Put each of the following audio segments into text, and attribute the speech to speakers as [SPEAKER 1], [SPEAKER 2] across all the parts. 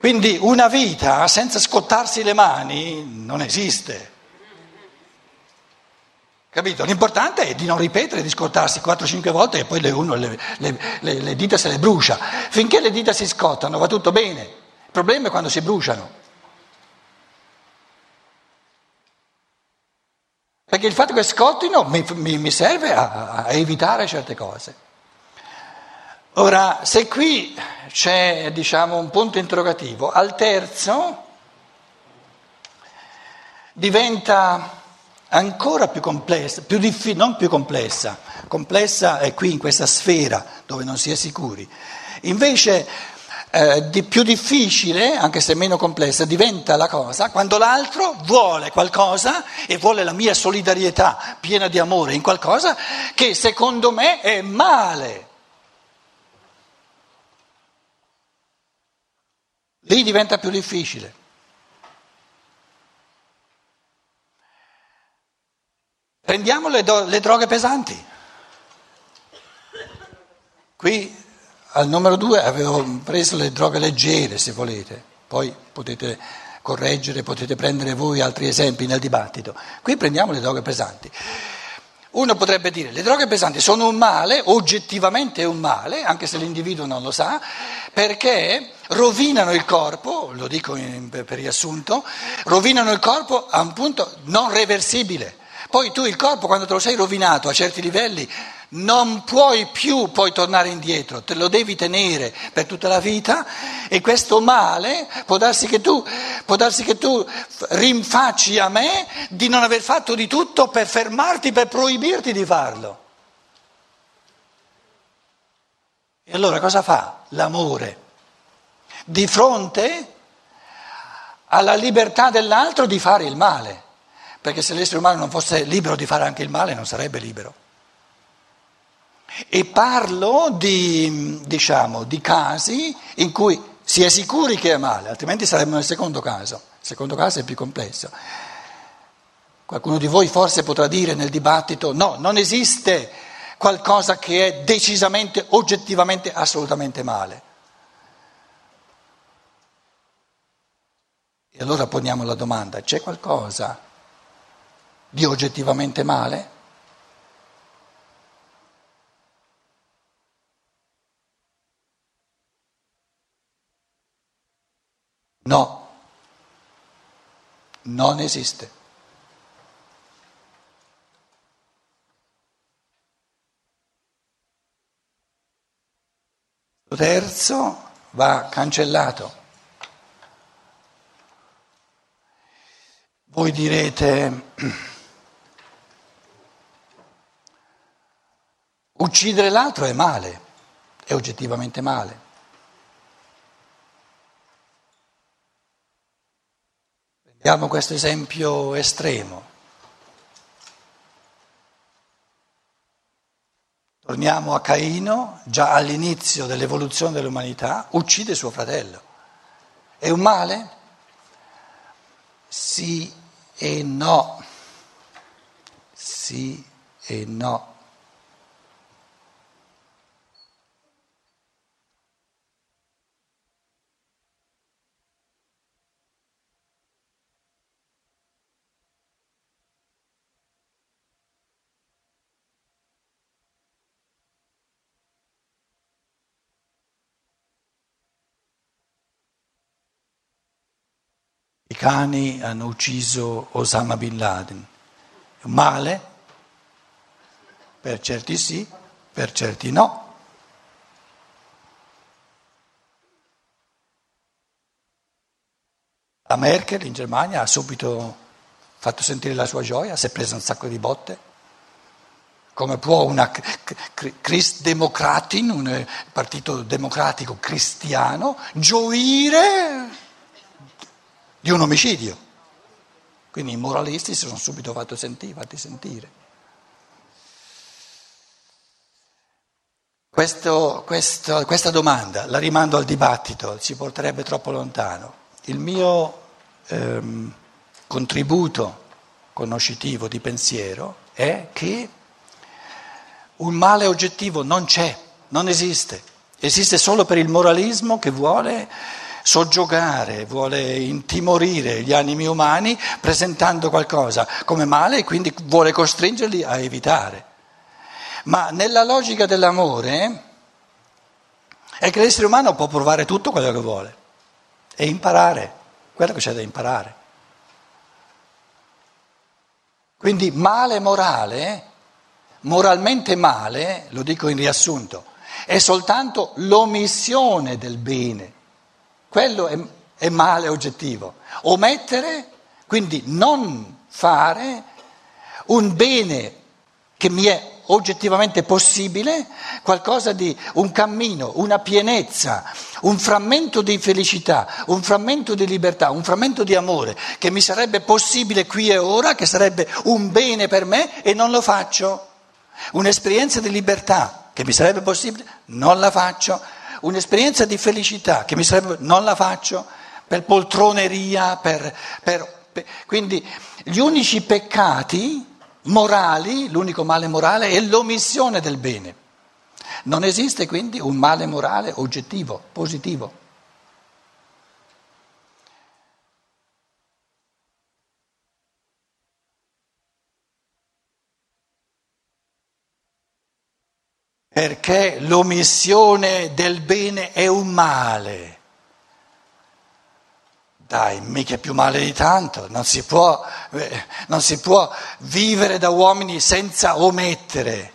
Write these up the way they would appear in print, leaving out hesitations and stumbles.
[SPEAKER 1] Quindi una vita senza scottarsi le mani non esiste. Capito? L'importante è di non ripetere, di scottarsi 4-5 volte e poi uno le dita se le brucia. Finché le dita si scottano va tutto bene, il problema è quando si bruciano. Perché il fatto che scottino mi serve a evitare certe cose. Ora, se qui c'è, diciamo, un punto interrogativo, al terzo diventa ancora più complessa, non più complessa, complessa è qui in questa sfera dove non si è sicuri, invece di più difficile, anche se meno complessa, diventa la cosa quando l'altro vuole qualcosa e vuole la mia solidarietà piena di amore in qualcosa che secondo me è male. Lì diventa più difficile. Prendiamo le droghe pesanti. Qui al numero 2 avevo preso le droghe leggere, se volete, poi potete correggere, potete prendere voi altri esempi nel dibattito. Qui prendiamo le droghe pesanti. Uno potrebbe dire le droghe pesanti sono un male, oggettivamente è un male, anche se l'individuo non lo sa, perché rovinano il corpo, lo dico per riassunto, rovinano il corpo a un punto non reversibile. Poi tu il corpo quando te lo sei rovinato a certi livelli non puoi più poi tornare indietro, te lo devi tenere per tutta la vita e questo male può darsi che tu rinfacci a me di non aver fatto di tutto per fermarti, per proibirti di farlo. E allora cosa fa l'amore? Di fronte alla libertà dell'altro di fare il male. Perché se l'essere umano non fosse libero di fare anche il male non sarebbe libero. E parlo di casi in cui si è sicuri che è male, altrimenti saremmo nel secondo caso. Il secondo caso è più complesso. Qualcuno di voi forse potrà dire nel dibattito no, non esiste qualcosa che è decisamente, oggettivamente, assolutamente male. E allora poniamo la domanda, c'è qualcosa di oggettivamente male? No, non esiste. Il terzo va cancellato. Voi direte, uccidere l'altro è male, è oggettivamente male. Prendiamo questo esempio estremo. Torniamo a Caino, già all'inizio dell'evoluzione dell'umanità, uccide suo fratello. È un male? Sì e no. Sì e no. I cani hanno ucciso Osama Bin Laden. È un male? Per certi sì, per certi no. La Merkel in Germania ha subito fatto sentire la sua gioia, si è presa un sacco di botte. Come può una Christdemokratin, un partito democratico cristiano, gioire di un omicidio? Quindi i moralisti si sono subito fatti sentire. Questa domanda la rimando al dibattito, ci porterebbe troppo lontano. Il mio contributo conoscitivo di pensiero è che un male oggettivo non c'è, non esiste, esiste solo per il moralismo che vuole soggiogare, vuole intimorire gli animi umani presentando qualcosa come male e quindi vuole costringerli a evitare. Ma nella logica dell'amore è che l'essere umano può provare tutto quello che vuole e imparare quello che c'è da imparare. Quindi male morale, moralmente male, lo dico in riassunto, è soltanto l'omissione del bene. Quello è male oggettivo. Omettere, quindi non fare un bene che mi è oggettivamente possibile, qualcosa di un cammino, una pienezza, un frammento di felicità, un frammento di libertà, un frammento di amore che mi sarebbe possibile qui e ora, che sarebbe un bene per me e non lo faccio. Un'esperienza di libertà che mi sarebbe possibile, non la faccio. Un'esperienza di felicità che mi sarebbe, non la faccio per poltroneria, quindi gli unici peccati morali, l'unico male morale è l'omissione del bene. Non esiste quindi un male morale oggettivo, positivo. Perché l'omissione del bene è un male. Dai, mica è più male di tanto, non si può vivere da uomini senza omettere.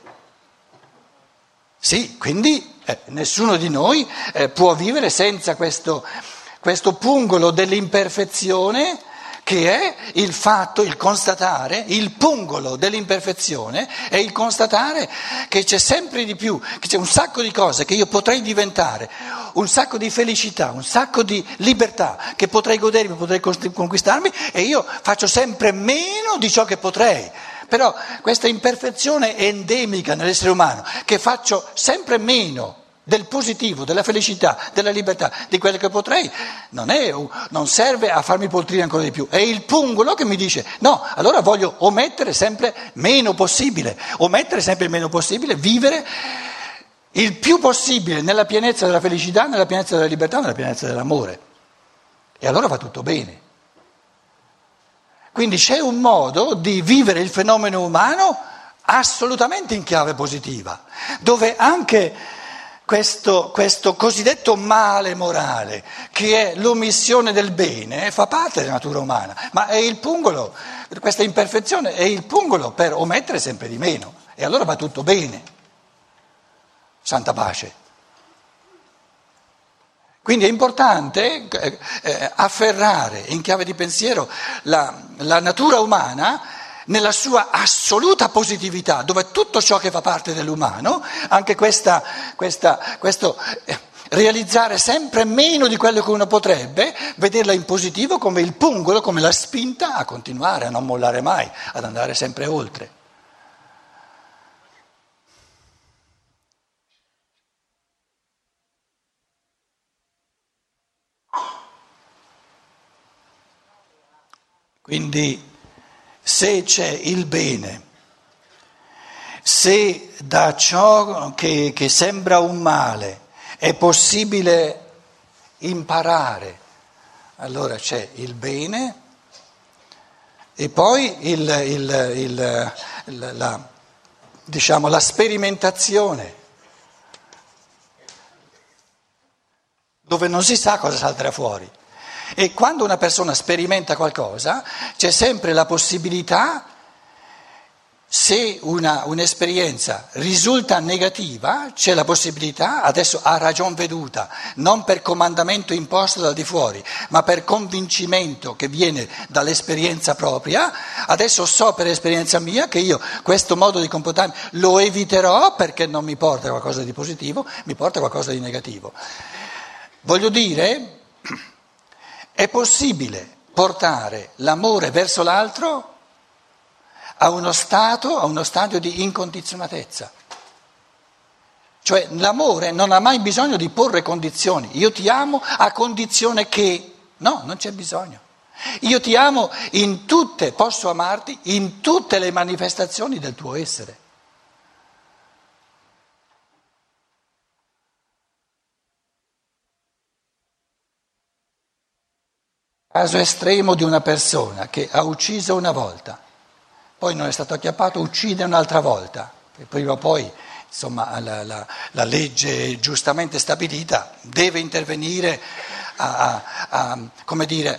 [SPEAKER 1] Sì, quindi nessuno di noi può vivere senza questo pungolo dell'imperfezione che è il fatto, il constatare, il pungolo dell'imperfezione è il constatare che c'è sempre di più, che c'è un sacco di cose che io potrei diventare, un sacco di felicità, un sacco di libertà che potrei godermi, potrei conquistarmi e io faccio sempre meno di ciò che potrei. Però questa imperfezione è endemica nell'essere umano, che faccio sempre meno del positivo, della felicità, della libertà, di quello che potrei, non serve a farmi poltrire ancora di più, è il pungolo che mi dice no, allora voglio omettere sempre meno possibile, vivere il più possibile nella pienezza della felicità, nella pienezza della libertà, nella pienezza dell'amore. E allora va tutto bene. Quindi c'è un modo di vivere il fenomeno umano assolutamente in chiave positiva, dove anche questo cosiddetto male morale, che è l'omissione del bene, fa parte della natura umana, ma è il pungolo, questa imperfezione è il pungolo per omettere sempre di meno, e allora va tutto bene, santa pace. Quindi è importante afferrare in chiave di pensiero la natura umana nella sua assoluta positività, dove tutto ciò che fa parte dell'umano, anche questo realizzare sempre meno di quello che uno potrebbe, vederla in positivo come il pungolo, come la spinta a continuare, a non mollare mai, ad andare sempre oltre. Quindi se c'è il bene, se da ciò che sembra un male è possibile imparare, allora c'è il bene e poi la sperimentazione, dove non si sa cosa salterà fuori. E quando una persona sperimenta qualcosa c'è sempre la possibilità, se un'esperienza risulta negativa, c'è la possibilità, adesso a ragion veduta, non per comandamento imposto dal di fuori, ma per convincimento che viene dall'esperienza propria, adesso so per esperienza mia che io questo modo di comportarmi lo eviterò perché non mi porta a qualcosa di positivo, mi porta a qualcosa di negativo. Voglio dire, è possibile portare l'amore verso l'altro a uno stadio di incondizionatezza. Cioè l'amore non ha mai bisogno di porre condizioni. Io ti amo a condizione che... No, non c'è bisogno. Io ti amo posso amarti in tutte le manifestazioni del tuo essere. Caso estremo di una persona che ha ucciso una volta, poi non è stato acchiappato, uccide un'altra volta, e prima o poi, insomma, la legge giustamente stabilita deve intervenire come dire,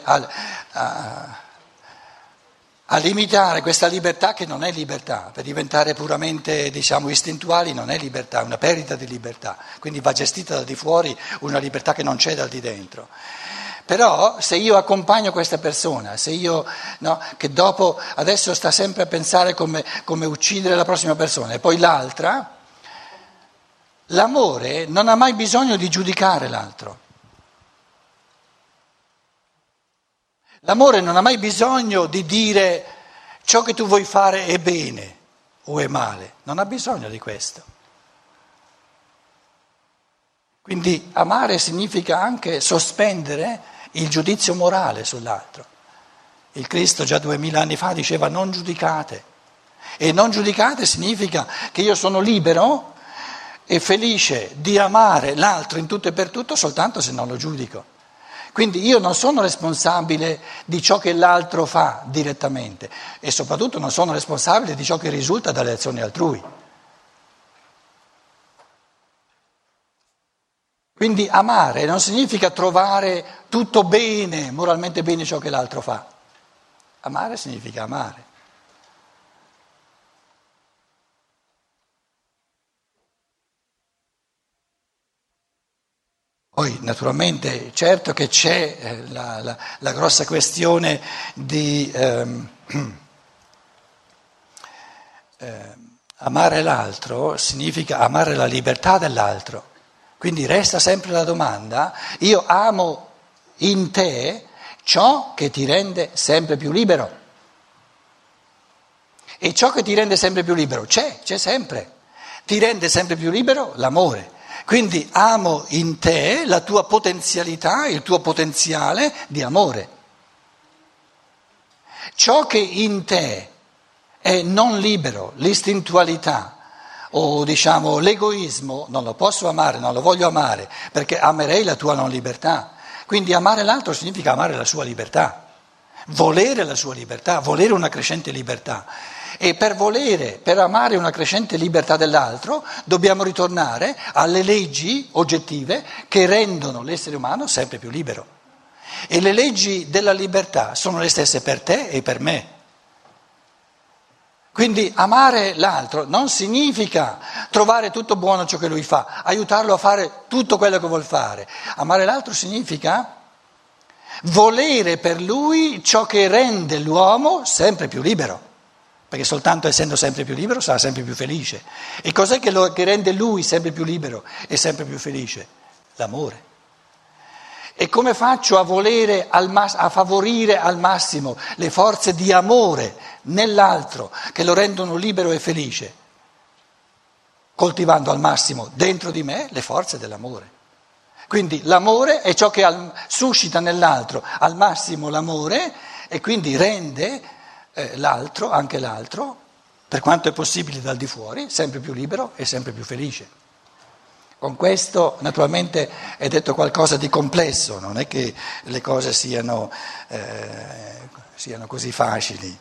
[SPEAKER 1] a limitare questa libertà che non è libertà, per diventare puramente, diciamo, istintuali non è libertà, è una perdita di libertà, quindi va gestita da di fuori una libertà che non c'è da di dentro. Però se io accompagno questa persona, se io, no, che dopo adesso sta sempre a pensare come uccidere la prossima persona e poi l'altra, l'amore non ha mai bisogno di giudicare l'altro. L'amore non ha mai bisogno di dire ciò che tu vuoi fare è bene o è male, non ha bisogno di questo. Quindi amare significa anche sospendere il giudizio morale sull'altro. Il Cristo già 2000 anni fa diceva non giudicate, e non giudicate significa che io sono libero e felice di amare l'altro in tutto e per tutto soltanto se non lo giudico. Quindi io non sono responsabile di ciò che l'altro fa direttamente e soprattutto non sono responsabile di ciò che risulta dalle azioni altrui. Quindi amare non significa trovare tutto bene, moralmente bene ciò che l'altro fa. Amare significa amare. Poi naturalmente certo che c'è la grossa questione di amare l'altro significa amare la libertà dell'altro. Quindi resta sempre la domanda, io amo in te ciò che ti rende sempre più libero. E ciò che ti rende sempre più libero c'è sempre. Ti rende sempre più libero l'amore. Quindi amo in te la tua potenzialità, il tuo potenziale di amore. Ciò che in te è non libero, l'istintualità o diciamo l'egoismo, non lo posso amare, non lo voglio amare, perché amerei la tua non libertà. Quindi amare l'altro significa amare la sua libertà, volere la sua libertà, volere una crescente libertà. E per amare una crescente libertà dell'altro, dobbiamo ritornare alle leggi oggettive che rendono l'essere umano sempre più libero. E le leggi della libertà sono le stesse per te e per me. Quindi amare l'altro non significa trovare tutto buono ciò che lui fa, aiutarlo a fare tutto quello che vuol fare. Amare l'altro significa volere per lui ciò che rende l'uomo sempre più libero. Perché soltanto essendo sempre più libero sarà sempre più felice. E cos'è che rende lui sempre più libero e sempre più felice? L'amore. E come faccio a volere, a favorire al massimo le forze di amore nell'altro che lo rendono libero e felice? Coltivando al massimo dentro di me le forze dell'amore. Quindi l'amore è ciò che suscita nell'altro al massimo l'amore e quindi rende l'altro, anche l'altro, per quanto è possibile dal di fuori, sempre più libero e sempre più felice. Con questo naturalmente è detto qualcosa di complesso, non è che le cose siano così facili.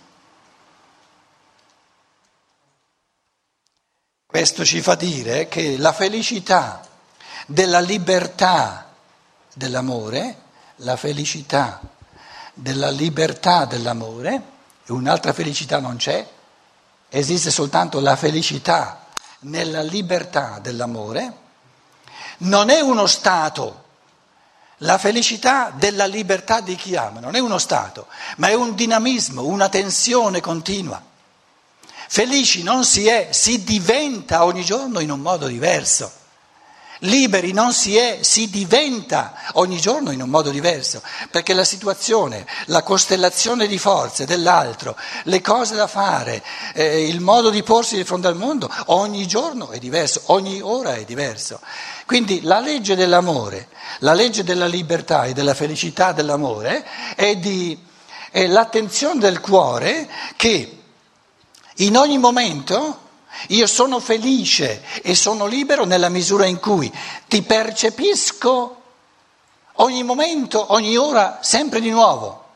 [SPEAKER 1] Questo ci fa dire che la felicità della libertà dell'amore, la felicità della libertà dell'amore, un'altra felicità non c'è, esiste soltanto la felicità nella libertà dell'amore, non è uno stato, la felicità della libertà di chi ama, non è uno stato, ma è un dinamismo, una tensione continua. Felici non si è, si diventa ogni giorno in un modo diverso. Liberi non si è, si diventa ogni giorno in un modo diverso, perché la situazione, la costellazione di forze dell'altro, le cose da fare, il modo di porsi di fronte al mondo, ogni giorno è diverso, ogni ora è diverso. Quindi la legge dell'amore, la legge della libertà e della felicità dell'amore è l'attenzione del cuore che in ogni momento io sono felice e sono libero nella misura in cui ti percepisco ogni momento, ogni ora, sempre di nuovo.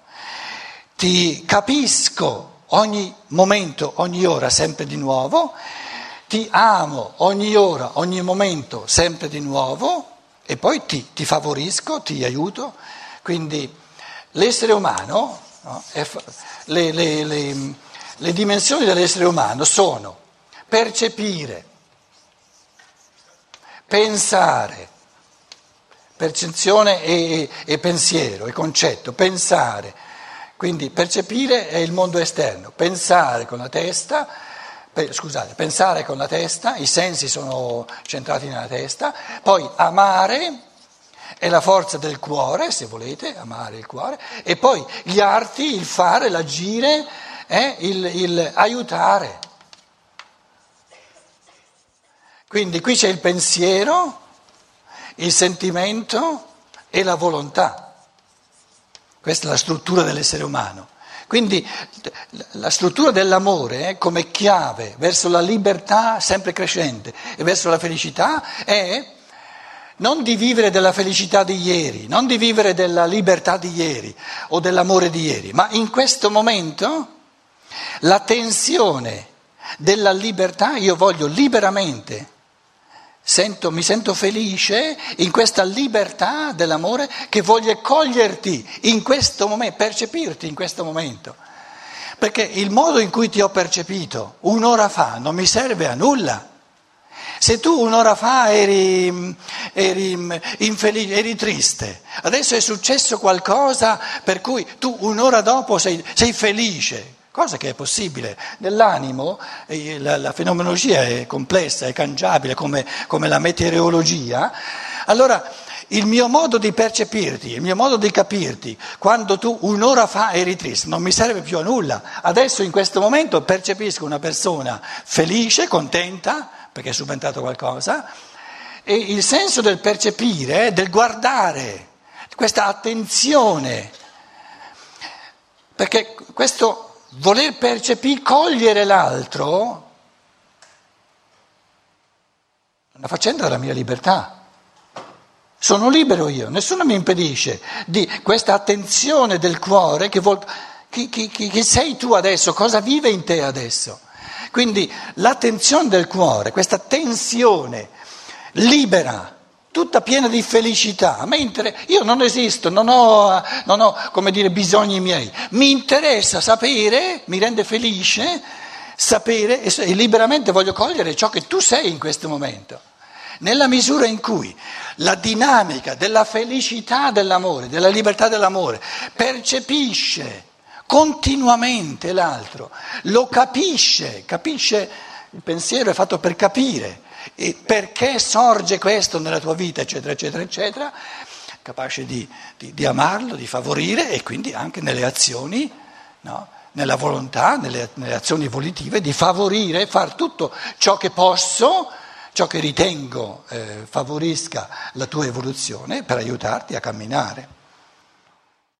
[SPEAKER 1] ti capisco ogni momento, ogni ora, sempre di nuovo, ti amo ogni ora, ogni momento, sempre di nuovo, e poi ti favorisco, ti aiuto. Quindi l'essere umano, no, le dimensioni dell'essere umano sono percepire, pensare, percezione e pensiero, e concetto, pensare. Quindi percepire è il mondo esterno, pensare con la testa, pensare con la testa, i sensi sono centrati nella testa, poi amare è la forza del cuore, se volete, amare il cuore, e poi gli arti, il fare, l'agire, il aiutare. Quindi qui c'è il pensiero, il sentimento e la volontà. Questa è la struttura dell'essere umano. Quindi la struttura dell'amore come chiave verso la libertà sempre crescente e verso la felicità è non di vivere della felicità di ieri, non di vivere della libertà di ieri o dell'amore di ieri, ma in questo momento la tensione della libertà, io voglio liberamente. Mi sento felice in questa libertà dell'amore che voglio coglierti in questo momento, percepirti in questo momento. Perché il modo in cui ti ho percepito un'ora fa non mi serve a nulla. Se tu un'ora fa eri infelice, eri triste, adesso è successo qualcosa per cui tu un'ora dopo sei felice. Cosa che è possibile. Nell'animo la fenomenologia è complessa, è cangiabile come la meteorologia. Allora il mio modo di percepirti, il mio modo di capirti, quando tu un'ora fa eri triste, non mi serve più a nulla. Adesso in questo momento percepisco una persona felice, contenta, perché è subentrato qualcosa, e il senso del percepire, del guardare, questa attenzione, perché questo voler percepire, cogliere l'altro, è una faccenda della mia libertà. Sono libero io, nessuno mi impedisce di questa attenzione del cuore che sei tu adesso, cosa vive in te adesso. Quindi l'attenzione del cuore, questa tensione libera, tutta piena di felicità, mentre io non esisto, non ho come dire, bisogni miei, mi interessa sapere, mi rende felice sapere e liberamente voglio cogliere ciò che tu sei in questo momento. Nella misura in cui la dinamica della felicità dell'amore, della libertà dell'amore, percepisce continuamente l'altro, lo capisce, il pensiero è fatto per capire. E perché sorge questo nella tua vita, eccetera, eccetera, eccetera, capace di amarlo, di favorire e quindi anche nelle azioni, no? Nella volontà, nelle azioni volitive, di favorire, far tutto ciò che posso, ciò che ritengo favorisca la tua evoluzione per aiutarti a camminare.